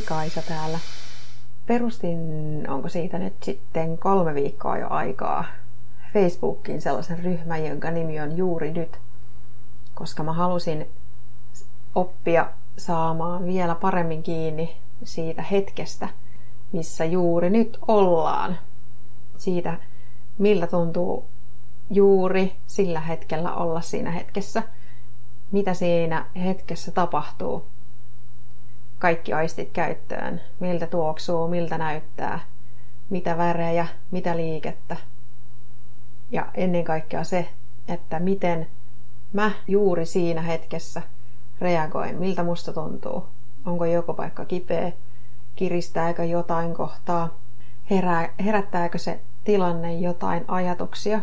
Kaisa täällä. Perustin, onko siitä nyt sitten 3 viikkoa jo aikaa, Facebookiin sellaisen ryhmän, jonka nimi on Juuri nyt, koska mä halusin oppia saamaan vielä paremmin kiinni siitä hetkestä, missä juuri nyt ollaan. Siitä, miltä tuntuu juuri sillä hetkellä olla siinä hetkessä. Mitä siinä hetkessä tapahtuu. Kaikki aistit käyttöön. Miltä tuoksuu, miltä näyttää, mitä värejä, mitä liikettä. Ja ennen kaikkea se, että miten mä juuri siinä hetkessä reagoin, miltä musta tuntuu. Onko joku paikka kipeä, kiristääkö jotain kohtaa, herättääkö se tilanne jotain ajatuksia.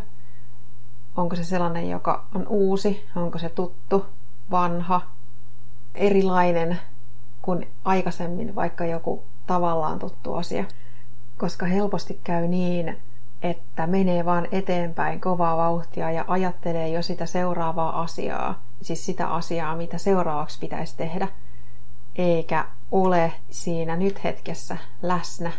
Onko se sellainen, joka on uusi, onko se tuttu, vanha, erilainen kuin aikaisemmin, vaikka joku tavallaan tuttu asia. Koska helposti käy niin, että menee vaan eteenpäin kovaa vauhtia ja ajattelee jo sitä seuraavaa asiaa, siis sitä asiaa, mitä seuraavaksi pitäisi tehdä, eikä ole siinä nyt hetkessä läsnä.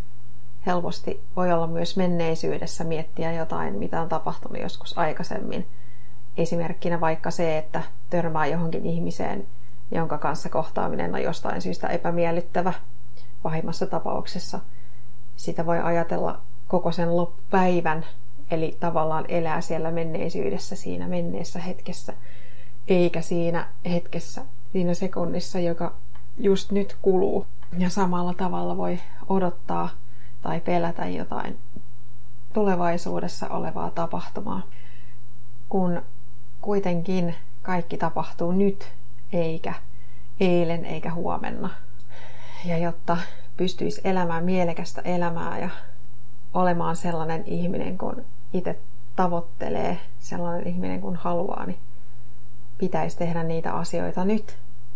Helposti voi olla myös menneisyydessä miettiä jotain, mitä on tapahtunut joskus aikaisemmin. Esimerkkinä vaikka se, että törmää johonkin ihmiseen, jonka kanssa kohtaaminen on jostain syystä epämiellyttävä. Pahimmassa tapauksessa sitä voi ajatella koko sen loppupäivän, eli tavallaan elää siellä menneisyydessä, siinä menneessä hetkessä, eikä siinä hetkessä, siinä sekunnissa, joka just nyt kuluu. Ja samalla tavalla voi odottaa tai pelätä jotain tulevaisuudessa olevaa tapahtumaa, kun kuitenkin kaikki tapahtuu nyt, eikä eilen eikä huomenna. Ja jotta pystyisi elämään mielekästä elämää ja olemaan sellainen ihminen, kun itse tavoittelee, sellainen ihminen, kun haluaa, niin pitäisi tehdä niitä asioita nyt.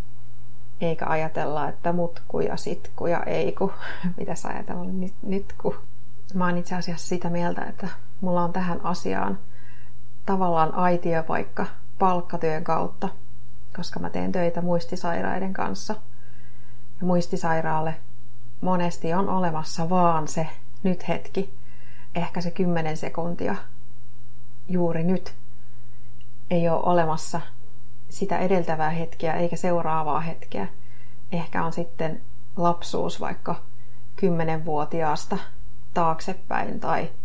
Eikä ajatella, että mutku ja sitku ja eiku. Pitäisi ajatella nyt kun. Mä oon itse asiassa sitä mieltä, että mulla on tähän asiaan tavallaan aitiopaikka palkkatyön kautta, koska mä teen töitä muistisairaiden kanssa. Ja muistisairaalle monesti on olemassa vaan se nyt hetki, ehkä se 10 sekuntia juuri nyt. Ei ole olemassa sitä edeltävää hetkeä eikä seuraavaa hetkeä. Ehkä on sitten lapsuus vaikka 10-vuotiaasta taaksepäin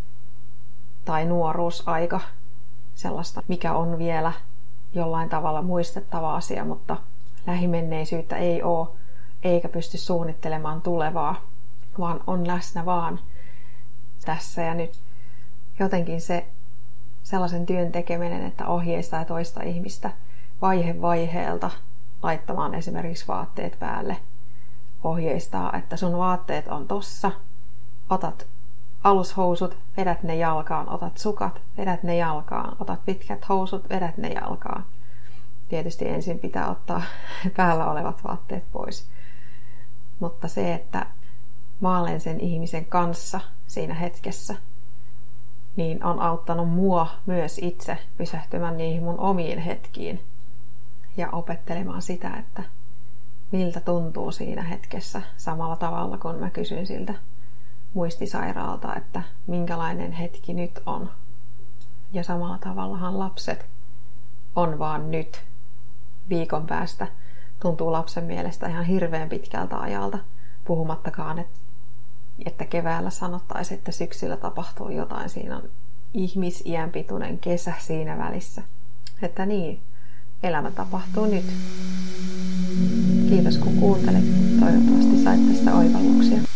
tai nuoruusaika, sellaista, mikä on vielä jollain tavalla muistettava asia, mutta lähimenneisyyttä ei ole, eikä pysty suunnittelemaan tulevaa, vaan on läsnä vaan tässä ja nyt. Jotenkin se sellaisen työn tekeminen, että ohjeistaa toista ihmistä vaihe vaiheelta laittamaan esimerkiksi vaatteet päälle. Ohjeistaa, että sun vaatteet on tossa, otat alushousut, vedät ne jalkaan, otat sukat, vedät ne jalkaan, otat pitkät housut, vedät ne jalkaan. Tietysti ensin pitää ottaa päällä olevat vaatteet pois. Mutta se, että mä olen sen ihmisen kanssa siinä hetkessä, niin on auttanut mua myös itse pysähtymään niihin mun omiin hetkiin ja opettelemaan sitä, että miltä tuntuu siinä hetkessä samalla tavalla, kun mä kysyn siltä muistisairaalta, että minkälainen hetki nyt on. Ja samalla tavallahan lapset on vaan nyt. Viikon päästä tuntuu lapsen mielestä ihan hirveän pitkältä ajalta, puhumattakaan, että keväällä sanottaisiin, että syksyllä tapahtuu jotain. Siinä on ihmisiän pituinen kesä siinä välissä. Että niin, elämä tapahtuu nyt. Kiitos kun kuuntelit. Toivottavasti sait tästä oivalluksia.